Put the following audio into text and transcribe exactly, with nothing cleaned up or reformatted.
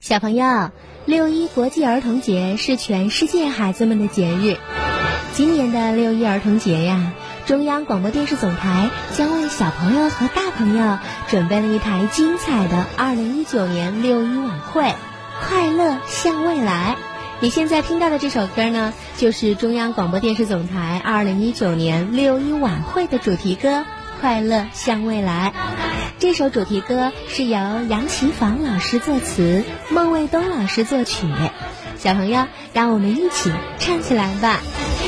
小朋友，六一国际儿童节是全世界孩子们的节日。今年的六一儿童节呀，中央广播电视总台将为小朋友和大朋友准备了一台精彩的二零一九年六一晚会，快乐向未来。你现在听到的这首歌呢，就是中央广播电视总台二零一九年六一晚会的主题歌，快乐向未来。这首主题歌是由杨奇仿老师作词，孟卫东老师作曲。小朋友，让我们一起唱起来吧。